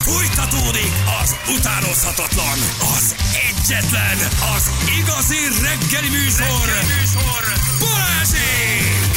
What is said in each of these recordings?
Fújtatódik az utánozhatatlan, az egyetlen, az igazi reggeli műsor, Balázsék!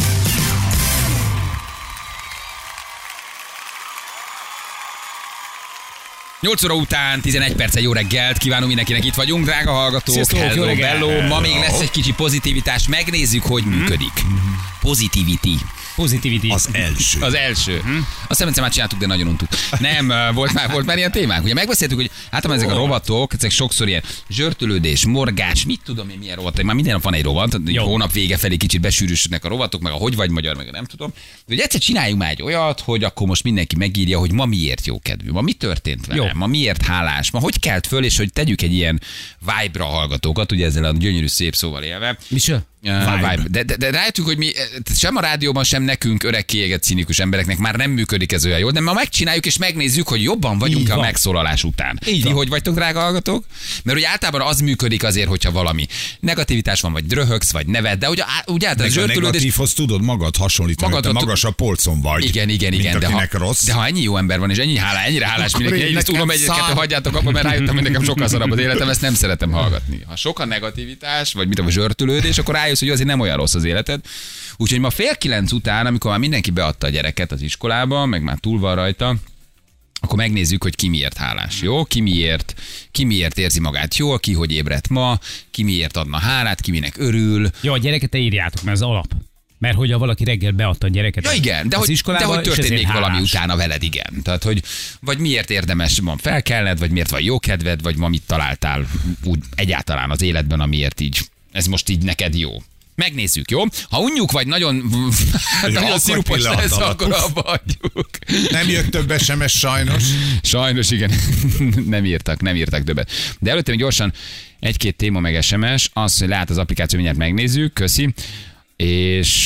8 óra után 11 perce jó reggelt kívánunk mindenkinek, itt vagyunk, drága hallgatók. Sziasztok, hello, jó reggel. bello. Ma még lesz egy kicsi pozitivitás, megnézzük, hogy működik. Positivity. Az első. Azt hiszem, már csináltuk, de nagyon untuk. Nem, volt már ilyen témánk. Ugye megbeszéltük, hogy általában ezek a rovatok, ezek sokszor ilyen zsörtölődés, morgás, mit tudom én milyen rovatok. Már minden nap van egy rovat, hónap vége felé kicsit besűrűsödnek a rovatok, meg a hogy vagy magyar, meg a nem tudom. De hogy egyszer csináljunk már egy olyat, hogy akkor most mindenki megírja, hogy ma miért jó kedvű, ma mi történt velem, ma miért hálás, ma hogy kelt föl, és hogy tegyük egy ilyen vibe-ra hallgatókat, ugye ezzel a gyönyörű szép szóval élve. Vibe. De rájöttünk, hogy mi sem a rádióban, sem nekünk öreg kiégett cínikus embereknek már nem működik ez olyan jól, de ma megcsináljuk és megnézzük, hogy jobban vagyunk a megszólalás után. Ti hogy vagytok, drága hallgatók? Mert ugye általában az működik azért, hogyha valami negativitás van, vagy dröhögsz, vagy neved, de ugye általában a negatívhoz tudod magad hasonlítani, te magasabb polcon vagy. Igen. De ha ennyi jó ember van, és ennyire hálás mindenki, én tudom egyet-kettő hagyjátok abba, mert rájöttem, hogy nekem sokkal szarabb az életem, ezt nem szeretem hallgatni. Ha sok a negativitás, vagy mit a zsörtölődés, akkor rájössz, hogy azért nem olyan rossz az életed. Úgyhogy ma 8:30 után, amikor már mindenki beadta a gyereket az iskolába, meg már túl van rajta, akkor megnézzük, hogy ki miért hálás, jó? Ki miért érzi magát jól, ki hogy ébredt ma, ki miért adna hálát, ki minek örül. Jó, a gyereket te írjátok, mert ez alap. Mert hogyha valaki reggel beadta a gyereket igen, de hogy történik valami utána veled, igen. Tehát, hogy vagy miért érdemes van felkelned, vagy miért van jó kedved, vagy ma mit találtál úgy egyáltalán az életben, amiért így, ez most így neked jó. Megnézzük, jó? Ha unjuk vagy nagyon szirupos lesz, akkor abba hagyjuk. Nem jött több SMS sajnos. Sajnos, igen. nem írtak többet. De előtte még gyorsan egy-két téma meg SMS, az, hogy lehet az applikáció, mindjárt megnézzük, köszi. És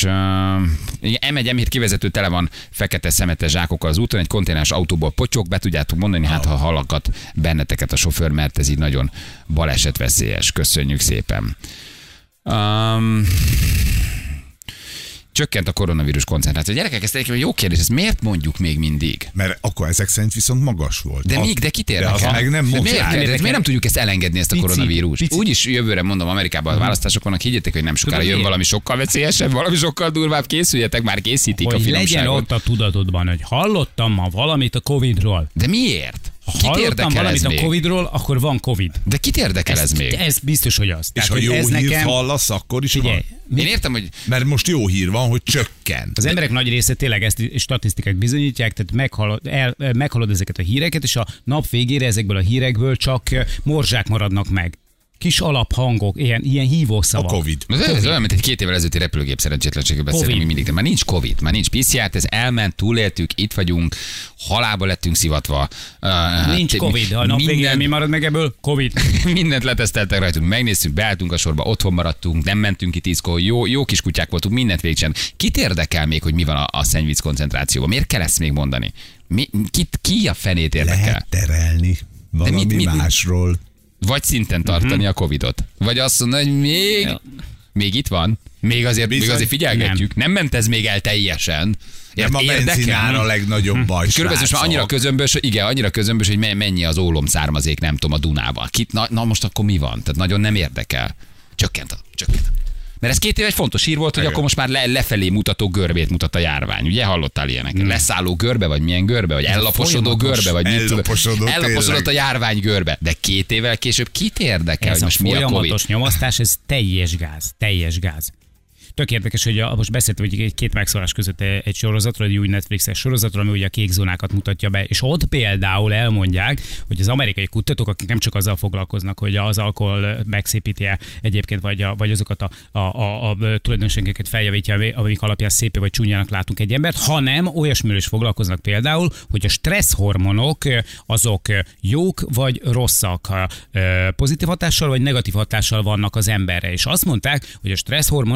M1 M7 kivezető tele van fekete szemetes zsákokkal az úton, egy konténeres autóból potyog, be tudjátok mondani, hát ha hallgat benneteket a sofőr, mert ez így nagyon balesetveszélyes. Köszönjük szépen. Csökkent a koronavírus koncentráció. Gyerekek, ezt egy jó kérdés, ezt miért mondjuk még mindig? Mert akkor ezek szerint viszont magas volt. De kit érdekel? Meg nem miért nem tudjuk ezt elengedni, ezt a koronavírust? Úgyis jövőre mondom, Amerikában a választások vannak, higgyétek, hogy nem sokára jön valami sokkal veszélyesebb, valami sokkal durvább, készüljetek, már készítik a finomságot. Legyen ott a tudatodban, hogy hallottam ma valamit a Covidról. De miért? Ha hallottam valamit a Covidról, akkor van Covid. De kit érdekel ez még? Ez biztos, hogy az. És ha jó hírt hallasz, akkor is van. Én értem, hogy... Mert most jó hír van, hogy csökkent. Az emberek nagy része tényleg ezt statisztikák bizonyítják, tehát meghalod ezeket a híreket, és a nap végére ezekből a hírekből csak morzsák maradnak meg. Kis alaphangok, ilyen hívószavak. A Covid. Ez olyan, mint egy 2 évvel ezelőtti repülőgép szerencsétlenségről beszélünk mindig. De már nincs Covid, már nincs PCR, ez elment, túléltük, itt vagyunk, halálba lettünk szivatva. Nincs Covid, a nap végén mi marad meg ebből? Covid. Mindent leteszteltek rajtunk, megnéztünk, beálltunk a sorba, otthon maradtunk, nem mentünk ki 10-kor, jó kis kutyák voltunk, mindent végigcsen. Kit érdekel még, hogy mi van a szennyvíz koncentrációban? Miért kell ezt még mondani? Ki a fenét érdekel? Lehet terelni valami másról. Vagy szinten tartani a Covidot. Vagy azt mondani, hogy még itt van. Még azért figyelgetjük. Nem ment ez még el teljesen. Nem a benzinár a legnagyobb baj. Körülbelül most már annyira közömbös, hogy mennyi az ólom származék, nem tudom, a Dunában. Na most akkor mi van? Tehát nagyon nem érdekel. Csökkent. Mert ez 2 év egy fontos hír volt, hogy akkor most már lefelé mutató görbét mutat a járvány. Ugye hallottál ilyenek? Leszálló görbe, vagy milyen görbe, vagy ellaposodó görbe, vagy mit tudom. Ellaposodott a járvány görbe. De 2 évvel később kit érdekel, hogy most mi a Covid? Ez a folyamatos nyomasztás, ez teljes gáz. Tök érdekes, hogy most beszéltem, hogy 2 megszólás között egy sorozatról, egy új Netflixes sorozatról, ami ugye a kék zónákat mutatja be, és ott például elmondják, hogy az amerikai kutatók, akik nem csak azzal foglalkoznak, hogy az alkohol megszépíti-e egyébként, vagy azokat a tulajdonságeket feljavítja, amik alapján szépé vagy csúnyának látunk egy embert, hanem olyasmiről is foglalkoznak például, hogy a stresszhormonok azok jók vagy rosszak, pozitív hatással vagy negatív hatással vannak az emberre. És azt mondták, hogy a stresszhormonok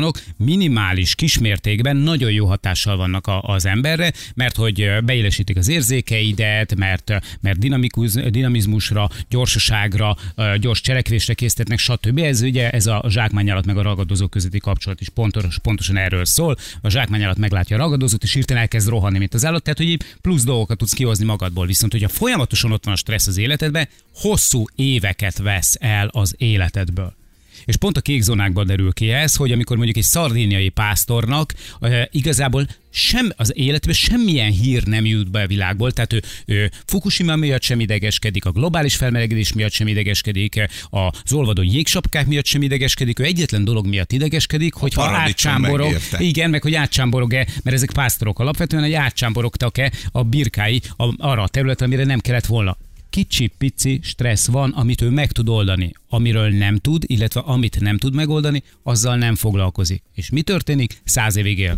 minimális kismértékben nagyon jó hatással vannak az emberre, mert hogy beélesítik az érzékeidet, mert dinamizmusra, gyorsaságra, gyors cselekvésre késztetnek, stb. Ez ugye ez a zsákmányállat meg a ragadozó közötti kapcsolat is pontosan erről szól. A zsákmányállat meglátja a ragadozót, és hirtelen elkezd rohanni, mint az állat, tehát hogy így plusz dolgokat tudsz kihozni magadból. Viszont, hogyha folyamatosan ott van a stressz az életedben, hosszú éveket vesz el az életedből. És pont a kék zónákban derül ki ez, hogy amikor mondjuk egy szardíniai pásztornak igazából az életben semmilyen hír nem jut be a világból, tehát ő Fukushima miatt sem idegeskedik, a globális felmelegedés miatt sem idegeskedik, az olvadó jégsapkák miatt sem idegeskedik, ő egyetlen dolog miatt idegeskedik, hogy ha átcsámborog, igen, meg hogy átcsámborog-e, mert ezek pásztorok alapvetően, hogy átcsámborogtak-e a birkái arra a területre, amire nem kellett volna. Kicsi-pici stressz van, amit ő meg tud oldani. Amiről nem tud, illetve amit nem tud megoldani, azzal nem foglalkozik. És mi történik? 100 évig él.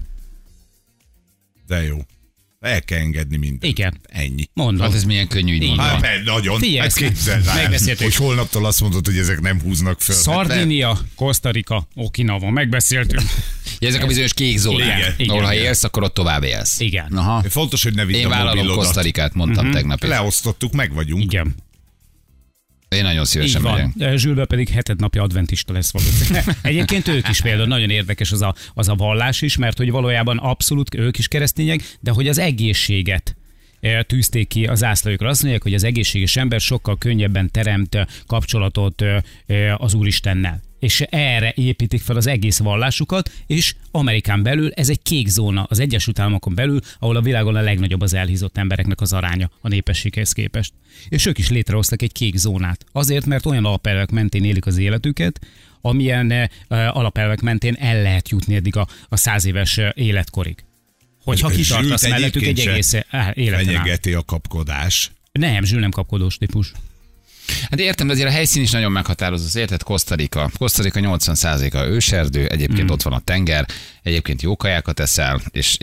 De jó. El kell engedni mindent. Igen. Ennyi. Mondom. Hát ez milyen könnyű így mondani. Hát nagyon. Figyelj, hát képzeld el, megbeszéltük. hogy holnaptól azt mondod, hogy ezek nem húznak föl. Szardinia, Costa Rica, Okinawa, megbeszéltük. Ja, ezek a bizonyos kék zónák, Igen. ahol ha élsz, akkor ott tovább élsz. Igen. Aha. Fontos, hogy ne vidd Én a vállalom mobilodat. Costa Ricát, mondtam tegnap is. Leosztottuk, meg vagyunk. Igen. Én nagyon Így szívesen van. megyek. Zsülbe pedig heted napja adventista lesz valószínűleg. Egyébként ők is például nagyon érdekes az a vallás is, mert hogy valójában abszolút ők is keresztények, de hogy az egészséget tűzték ki az zászlójukra. Azt mondják, hogy az egészséges ember sokkal könnyebben teremt kapcsolatot az Úristennel. És erre építik fel az egész vallásukat, és Amerikán belül ez egy kék zóna, az Egyesült Államokon belül, ahol a világon a legnagyobb az elhízott embereknek az aránya a népességhez képest. És ők is létrehoztak egy kék zónát. Azért, mert olyan alapelvek mentén élik az életüket, amilyen alapelvek mentén el lehet jutni eddig a 100 éves életkorig. Hogyha kitartasz mellettük egy egész életen át. Fenyegeti a kapkodás. Nem, Zsül nem kapkodós típus. Hát értem, de azért a helyszín is nagyon meghatározó. Érted? Costa Rica 80%-a őserdő, egyébként ott van a tenger, egyébként jó kajákat eszel,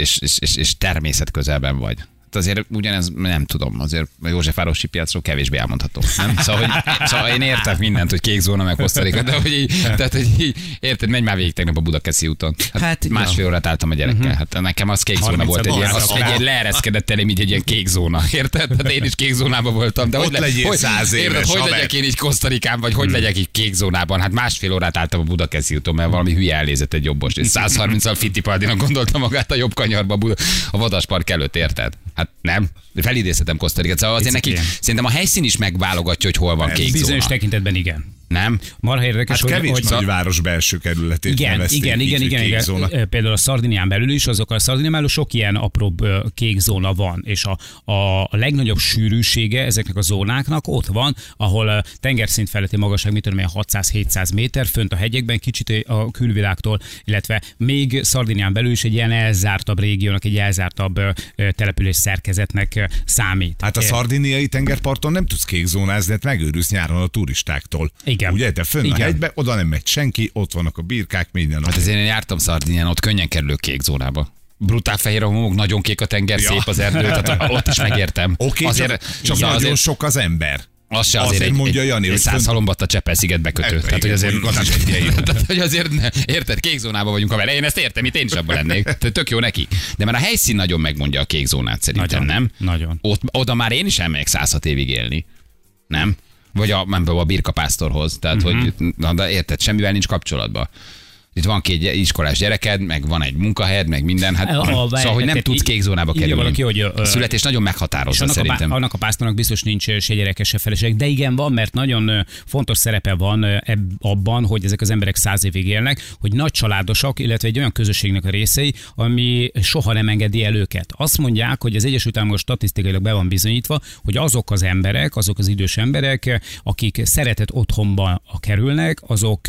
és természet közelben vagy. Azért ugyanez, nem tudom, azért a Józsefvárosi piacról kevésbé elmondható. Nem? Szóval én értek mindent, hogy kék zóna meg Costa Rica, de hogy így, tehát, hogy így, érted, menj már végig tegnap a Budakeszi úton. Hát másfél órát álltam a gyerekkel. Hát nekem az kék zóna volt, egy ilyen leereszkedett elém így egy ilyen kék zóna, érted? Tehát én is kék zónában voltam. De ott legyél 100 éves. Érted, hogy legyek én így Costa Ricán, vagy hogy legyek így kék zónában? Hát másfél órát álltam a Budakeszi úton, mert valami hülye elnézett egy jobbos. És 130-al Fittipaldinak gondolta magát a jobb kanyarba a Vadaspark előtt, érted? Hát nem, felidézhetem Costa Ricát, szóval azért neki szerintem a helyszín is megválogatja, hogy hol van kék zóna. Bizonyos tekintetben igen. Nem? Marha érdekes, hát kevés nagyváros belső kerületét nevezték igen. Például a Szardinián belül is, azok a Szardinián belül sok ilyen apróbb kék zóna van, és a legnagyobb sűrűsége ezeknek a zónáknak ott van, ahol tengerszint feletti magasság, mit tudom én, 600-700 méter, fönt a hegyekben, kicsit a külvilágtól, illetve még Szardinián belül is egy ilyen elzártabb régiónak, egy elzártabb település szerkezetnek számít. Hát a szardiniai tengerparton nem tudsz kékzónázni, hát megőrülsz nyáron a turistáktól. Igen. Ugye, de fönn a hegybe, oda nem megy senki, ott vannak a birkák, minden. Hát ezért én jártam Szardinián, ott könnyen kerülök kék zónába. Brutál fehér a homok, nagyon kék a tenger, szép az erdő, tehát ott is megértem. Oké, csak nagyon sok az ember. Az se azért mondja Jani, egy 100 halombatta Csepel-sziget bekötő. Tehát, hogy azért, hogy azért érted, kék zónában vagyunk a vele. Én ezt értem, itt én is abban lennék. Tök jó neki. De már a helyszín nagyon megmondja a kék zónát szerintem, nem? Nagyon. Oda már én is elmegyek 106 évig élni. Nem? Vagy a birkapásztorhoz. Tehát, hogy de érted, semmivel nincs kapcsolatban. Itt van két iskolás gyereked, meg van egy munkahelyed, meg minden. Hát, szóval, hogy nem tudsz kék zónába kerülni. Valaki, hogy, a születés nagyon meghatározza szerintem. Annak a pásztornak biztos nincs se gyereke, se feleség, de igen van, mert nagyon fontos szerepe van abban, hogy ezek az emberek 100 évig élnek, hogy nagy családosak, illetve egy olyan közösségnek a részei, ami soha nem engedi el őket. Azt mondják, hogy az Egyesült Államok statisztikailag be van bizonyítva, hogy azok az emberek, azok az idős emberek, akik szeretett otthonba kerülnek, azok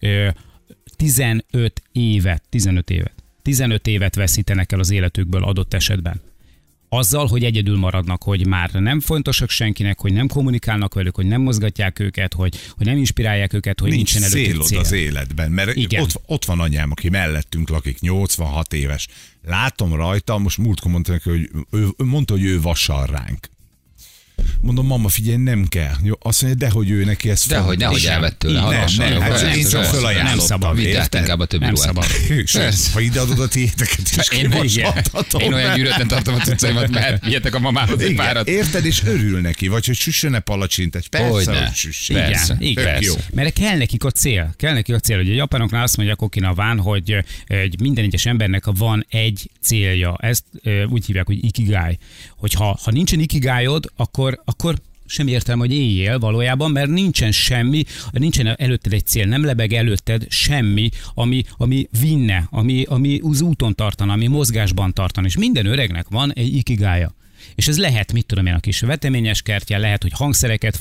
15 évet veszítenek el az életükből adott esetben. Azzal, hogy egyedül maradnak, hogy már nem fontosak senkinek, hogy nem kommunikálnak velük, hogy nem mozgatják őket, hogy nem inspirálják őket, hogy nincs nincsen előttük cél az életben, mert ott van anyám, aki mellettünk lakik, 86 éves. Látom rajta, most múltkor mondta neki, hogy ő vassal ránk. Mondom, mama, figyelj, nem kell. Jó, azt mondja, dehogy ő neki ezt Dehogy, nehogy elvett tőle. Nem, hát én csak fölajánlottam. Vitát inkább a többi Nem ruhát. szabad. Ha ideadod a tiéteket is, Én olyan gyűrötten tartom a cuccaimat, mert vihetek a mamához egy párat. Érted, és örül neki, vagy hogy süssön-e palacsintát. Persze, Hogyne. hogy süssön. Persze. Igen, Tök jó. mert kell nekik a cél. Kell nekik a cél, hogy a japanoknál azt mondják Okinawán, hogy minden egyes embernek van egy célja. Ezt úgy hívják, hogy ikigai. Hogyha nincsen ikigájod, akkor sem értelme, hogy éljél valójában, mert nincsen semmi, nincsen előtted egy cél, nem lebeg előtted semmi, ami vinne, ami az úton tartana, ami mozgásban tartana, és minden öregnek van egy ikigája. És ez lehet, mit tudom én, a kis veteményes kertje, lehet, hogy hangszereket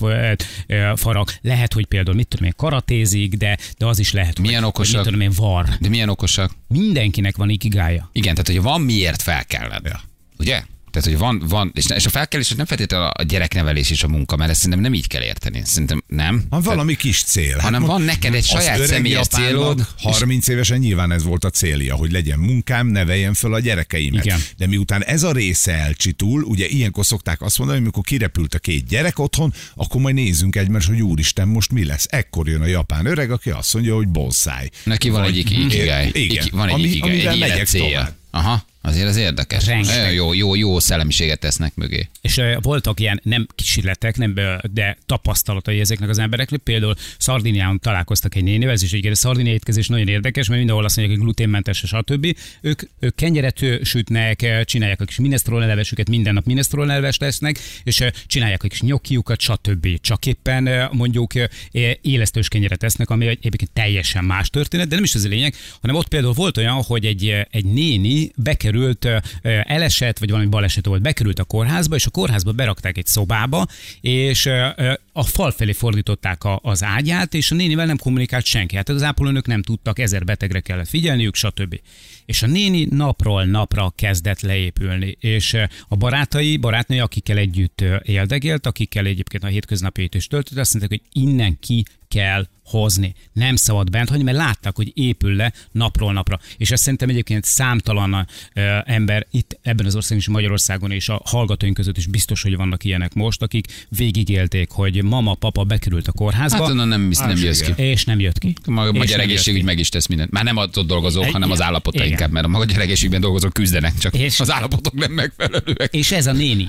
farag, lehet, hogy például, mit tudom én, karatézik, de az is lehet, Milyen okosak? hogy mit tudom én, var. De milyen okosak? Mindenkinek van ikigája. Igen, tehát hogy van miért felkelned. Ja. Ugye? Tehát, hogy van és a felkelés nem feltétlenül a gyereknevelés és a munka, mert ezt szerintem nem így kell érteni. Szerintem nem. Van valami kis cél. Hanem Hát van neked egy saját az öreg személyes Japánnak célod. 30 évesen nyilván ez volt a célja, hogy legyen munkám, neveljem föl a gyerekeimet. Igen. De miután ez a része elcsitul, ugye ilyenkor szokták azt mondani, hogy amikor kirepült a 2 gyerek otthon, akkor majd nézzünk egymást, hogy úristen, most mi lesz. Ekkor jön a japán öreg, aki azt mondja, hogy bonsai. Neki van egy ikigai. Igen. Van egy ikigai, Amivel egy megyek életcélja. tovább. Aha, azért az érdekes. Rengeteg. Jó szellemiséget tesznek mögé. És voltak ilyen nem kísérletek, de tapasztalatai ezeknek az embereknek. Például Szardinián találkoztak egy nénivel, ez is egy szardinia étkezés nagyon érdekes, mert mindenhol azt mondják, hogy gluténmentes, stb. Ők kenyeret sütnek, csinálják a kis minestrone-levesüket, minden nap minestrone-levest tesznek, és csinálják a kis nyokkiukat, stb. Csak éppen mondjuk élesztős kenyeret tesznek, ami egyébként teljesen más történet, de nem is ez a lényeg, hanem ott például volt olyan, hogy egy néni bekerült, elesett, vagy valami baleset volt, bekerült a kórházba, és a kórházba berakták egy szobába, és a fal felé fordították az ágyát, és a nénivel nem kommunikált senki. Hát az ápolónők nem tudtak, 1000 betegre kellett figyelniük, stb. És a néni napról napra kezdett leépülni, és a barátnői, akikkel együtt éldegélt, akikkel egyébként a hétköznapjait is töltött, azt mondták, hogy innen ki kell hozni. Nem szabad bent hagyni, mert látták, hogy épül le napról napra. És ezt szerintem egyébként számtalan ember itt ebben az országban és Magyarországon és a hallgatóink között is biztos, hogy vannak ilyenek most, akik végigélték, hogy mama, papa bekerült a kórházba. Hát onnan nem jössz ki. És nem jött ki. A magyar egészségügy meg is tesz mindent. Már nem ott dolgozók, hanem az állapota inkább, mert a magyar egészségügyben dolgozók küzdenek, csak az állapotok nem megfelelőek. És ez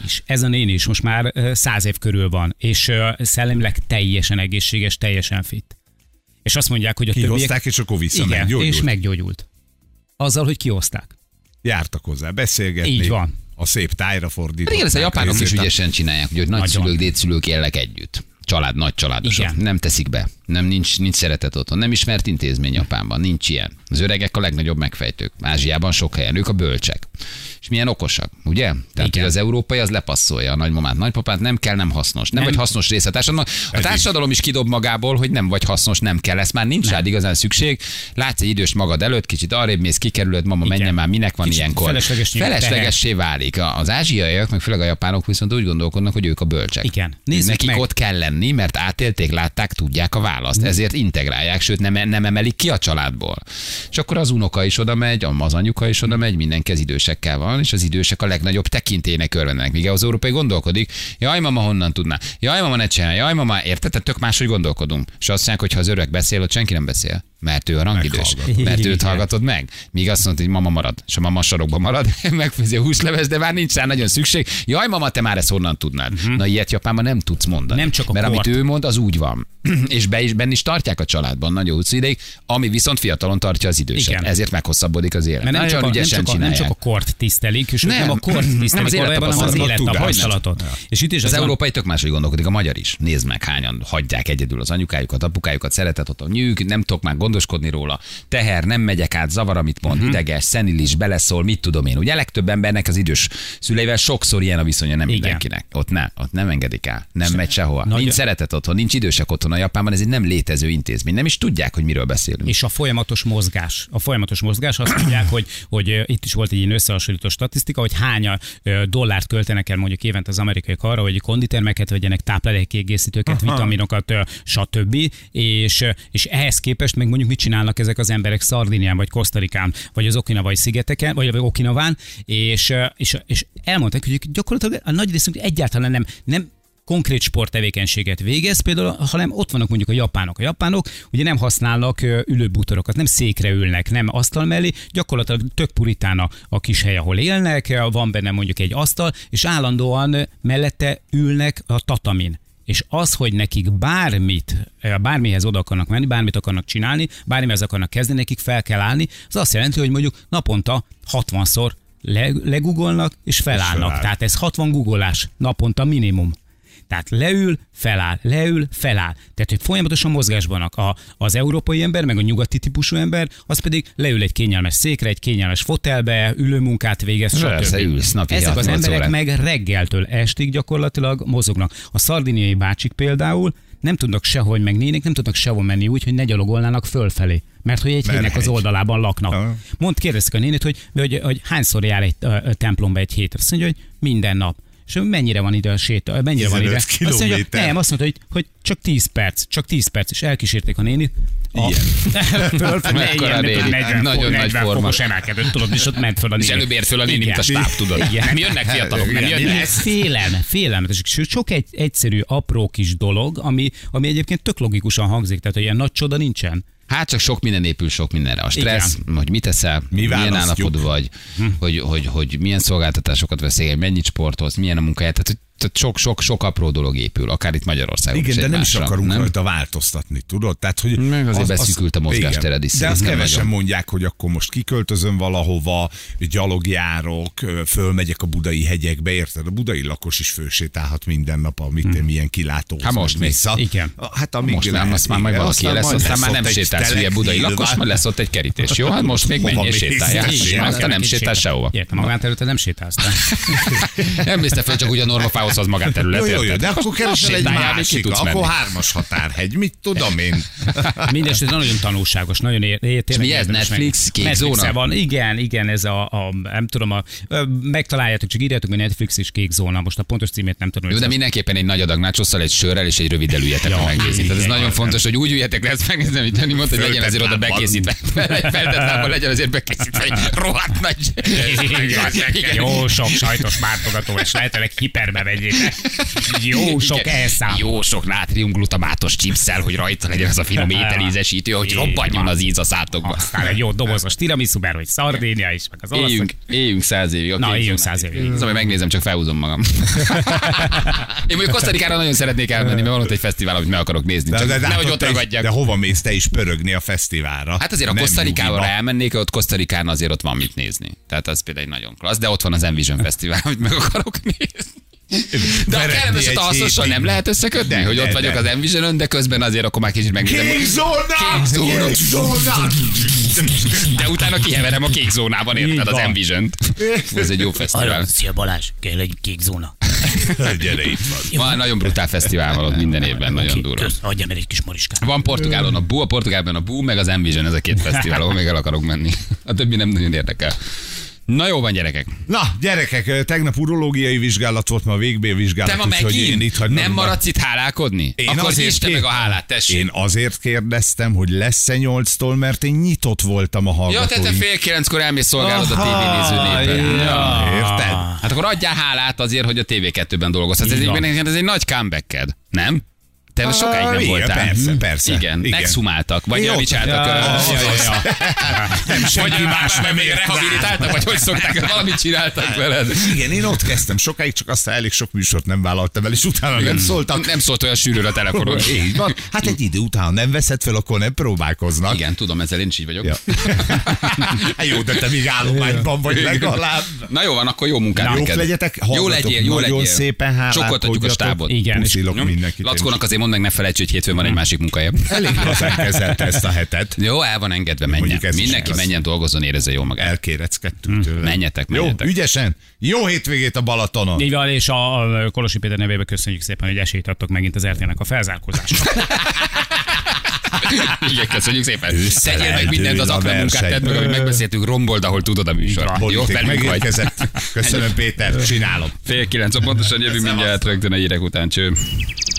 a néni is most már 100 év körül van, és szellemileg teljesen egészséges, teljesen fit. És azt mondják, hogy a Kihozták, többiek... és akkor vissza igen, meggyógyult. és meggyógyult. Azzal, hogy kihozták. Jártak hozzá beszélgetni. Így van. A szép tájra fordították. Igen, ezt a japánok is ügyesen csinálják, hogy nagyszülők, dédszülők élnek együtt. Család, nagy családosok. Igen. Nem teszik be. Nincs szeretet otthon. Nem ismert intézmény Japánban. Nincs ilyen. Az öregek a legnagyobb megfejtők. Ázsiában sok helyen. Ők a bölcsek. És milyen okosak, ugye? Tehát hogy az európai az lepasszolja a nagymamát, nagypapát, nem kell, nem hasznos. Nem vagy hasznos része a társadalomnak. A társadalom is kidob magából, hogy nem vagy hasznos, nem kell. Ezt már nincs rád igazán szükség. Látsz egy idős magad előtt, kicsit arrébb mész, kikerülöd, mama, menjen már, minek van kicsit ilyenkor. Feleslegessé válik. Az ázsiaiak, meg főleg a japánok viszont úgy gondolkodnak, hogy ők a bölcsek. Igen. Nekik meg. ott kell lenni, mert átélték, látták, tudják a választ. Ezért integrálják, sőt nem emelik ki a családból. És akkor az unoka is oda megy, az anyuka is oda megy, mindenki az idősekkel van, és az idősek a legnagyobb tekintélynek örvendenek. Míg az európai gondolkodik, jaj mama, honnan tudná? Jaj mama, ne csinálj, jaj mama, érted? Tehát tök máshogy gondolkodunk. És azt mondják, hogy ha az öreg beszél, ott senki nem beszél. Mert ő a rangidős. Mert őt hallgatod meg. Míg azt mondod, hogy mama marad, és a mama sarokba marad, megfőzi a húsleves, de már nincs rá nagyon szükség. Jaj, mama, te már ezt honnan tudnád? Na, ilyet Japánban nem tudsz mondani. Nem csak a mert kort. amit ő mond, az úgy van. És benne is tartják a családban nagyon hosszú ideig, ami viszont fiatalon tartja az időset. Igen. Ezért meghosszabbodik az élet. Mert nem csak a kort tisztelik, és nem a kort tisztelik, valójában az élettapasztalatot. És itt is az európai tök máshogy gondolkodik, a magyar is. Nézd meg, hányan hagyják egyedül az anyukájukat, apukájukat, szeretet ott a nyűg, nem tudok már gondoskodni róla. Teher, nem megyek át, zavar, amit mond, ideges, szenilis, beleszól, mit tudom én. Ugye legtöbb embernek az idős szüleivel sokszor ilyen a viszonya, nem mindenkinek. Ott nem engedik el, nem megy sehova. Nincs szeretet otthon, nincs idősek otthon. A Japánban ez egy nem létező intézmény. Nem is tudják, hogy miről beszélünk. És a folyamatos mozgás. Azt mondják, hogy itt is volt egy ilyen összehasonlító statisztika, hogy hány dollárt költenek el mondjuk évente az amerikaiak arra, hogy konditermeket vegyenek, táplálékkiegészítőket, vitaminokat, stb. És ehhez képest meg mondjuk mit csinálnak ezek az emberek Szardinián, vagy Kosztarikán, vagy az Okinawai szigeteken, vagy Okinawán, és elmondták, hogy gyakorlatilag a nagy részünk egyáltalán nem konkrét sporttevékenységet végez, például, hanem ott vannak mondjuk a japánok. A japánok ugye nem használnak ülőbútorokat, nem székre ülnek, nem asztal mellé, gyakorlatilag tök puritán a kis hely, ahol élnek, van benne mondjuk egy asztal, és állandóan mellette ülnek a tatamin. És az, hogy nekik bármihez oda akarnak menni, bármit akarnak csinálni, bármihez akarnak kezdeni, nekik fel kell állni, az azt jelenti, hogy mondjuk naponta 60-szor legugolnak és felállnak. Tehát ez 60 googolás naponta minimum. Tehát leül, feláll, leül, feláll. Tehát, hogy folyamatosan mozgásban az európai ember, meg a nyugati típusú ember, az pedig leül egy kényelmes székre, egy kényelmes fotelbe, ülőmunkát végez, Persze, stb. ülsz napi Ezek az 6-8 emberek órát. meg reggeltől estig gyakorlatilag mozognak. A szardiniai bácsik például nem tudnak sehogy megnénik, nem tudnak sehol menni úgy, hogy ne gyalogolnának fölfelé. Mert hogy egy hegynek az oldalában laknak. Kérdeztek a nénit, hogy hányszor jár egy templomba egy hétre. Azt mondja, hogy minden nap. És mennyire van ide a séta? Mennyire van ide? Azt mondja, nem, azt mondta, hogy csak 10 perc, és elkísérték a nénit. Mekkora néni, nagyon nagy forma. Fokos emelkedőt, tudod, és ott ment föl a néni. És előbb ért föl a néni, mint a stáb, tudod. Nem jönnek fiatalok, nem jönnek. Ez félelmetes. Sőt, sok egyszerű, apró kis dolog, ami egyébként tök logikusan hangzik, tehát ilyen nagy csoda nincsen. Hát csak sok minden épül sok mindenre. A stressz, hogy mit eszel, milyen állapot vagy, hogy milyen szolgáltatásokat veszel, mennyit sportolsz, milyen a munkáját. Tehát sok apró dolog épül, akár itt Magyarországon. Igen, de nem is akarunk nem? rajta változtatni, tudod? Tehát, hogy meg azért beszűkült a mozgástered is. De azt kevesen nagyon mondják, hogy akkor most kiköltözöm valahova, gyalogjárok, fölmegyek a budai hegyekbe, érted? A budai lakos is fölsétálhat minden nap, amit milyen kilátó. Hát most még. Igen. Hát amíg most nem, azt már majd valaki lesz, aztán már nem sétálsz, ugye budai lakos, majd lesz ott egy kerítés. Jó, hát most még menj és sétáljál. Aztán nem sétálsz sehova. Értem, magánterületen nem sétálsz. Nem mész fel csak úgy a normafához az magánterület. Jó, de akkor keresel egy másik, akkor 3-as határhegy, mit tudom én. Mindenesetre nagyon tanulságos, nagyon értékes. Mi ez, Netflix, kék zóna? Van. Igen, ez nem tudom, megtaláljátok, csak írjátok, hogy Netflix és kék zóna. Most a pontos címét nem tudom. Jó, de mindenképpen egy nagy adag nácsosszal, egy sörrel és egy rövid elüljetek, ha megnézik. Tehát ez nagyon fontos, hogy úgy üljetek le, ezt megnézem, hogy Dani mondta, hogy legyen azért oda bekészítve. Feltetlából legyen azért bekészítve egy rohadt nagy. Jó sok sajtos mártogató, és lehetőleg hiperbe vegyétek. Jó sok elszám. Jó sok nátriumglutamátos chipszel, hogy rajta legyen ez a finom ételízesítő, hogy robbanjon az íz a szátokba. Aztán egy jó dobozos tiramisu, mert hogy Szardénia is, meg az olaszok. Éljünk 100 évig. Na, éljünk 100 évig. Szóval megnézem, csak felhúzom magam. Én mondjuk Kosztarikára nagyon szeretnék elmenni, mert van ott egy fesztivál, amit meg akarok nézni. Nehogy ott ragadjak. De hova mész te is pörögni a fesztiválra? Hát azért a Kosztarikával elmennék, ott Kosztarikán azért ott van mit nézni. Tehát az például egy nagyon klassz, de ott van az Envision Fesztivál, amit meg akarok nézni. De a kellemes a hasznossal nem lehet összekötni, hogy ott vagyok az Envision-ön, de közben azért akkor már kicsit megnézem. Kék zóna! De utána kiheverem a kék zónában, érted, az Envision-t. Ez egy jó fesztivál. Szia Balázs, kell egy kék zóna. Gyere, itt van. Van nagyon brutál fesztivál van ott minden évben, nagyon durva. Adjam el egy kis mariskát. Van Portugálon a Portugálban a Bú, meg az Envision, ez a két fesztivál, ahol még el akarok menni. A többi nem nagyon érdekel. Na jó van, gyerekek. Na, gyerekek, tegnap urológiai vizsgálat volt, ma végbélvizsgálat. Te ma megint nem maradsz itt hálálkodni? Akkor Isten meg a hálát, tessék. Én azért kérdeztem, hogy lesz-e 8-tól, mert én nyitott voltam a hallgatóim. Ja, te 8:30-kor elmész szolgálod a tévénéző népet. Ja, érted? Hát akkor adjál hálát azért, hogy a TV2-ben dolgozhatsz. Ez egy nagy comeback-ed, nem? Te sokáig nem voltál. Persze. Igen, megszumáltak, vagy javítáltak. Nem senki más nem még rehabilitáltak, vagy hogy szokták, valamit csináltak veled. Igen, én ott kezdtem sokáig, csak aztán elég sok műsort nem vállaltam el, és utána nem szóltak. Nem szólt olyan sűrűn a telefonon. Így van. Hát egy idő után, ha nem veszed fel, akkor nem próbálkoznak. Igen, tudom, ezzel én is így vagyok. Ja. Jó, de te még állományban vagy legalább. Na jó van, akkor jó munkát neked. Jók legyetek, jó legyél. Nagyon szépen Csokoltatjuk a stábot. Igen. Puszilok mindenkit. Lackónak azért mondd meg, ne felejts, hogy hétfőn van egy másik munkája. Elég lazán kezelte ezt a hetet. Jó, el van engedve, menjen. Mindenki menjen, dolgozzon, érezze jó magát. Elkéreckedtünk tőle. Menjetek. Jó, ügyesen. Jó hétvégét a Balatonon. Így van, és a Kolosi Péter nevében köszönjük szépen, hogy esélyt adtok megint az RTL-nek a felzárkózásra. Igen, köszönjük szépen. Tegyél meg mindent az aknamunkát, tedd meg, ahogy megbeszéltük, rombold, ahol tudod a műsor. Jó, megérkezett. Köszönöm, Péter, csinálom. 8:30 pontosan jövünk mindjárt rögtön a hírek után. Cső.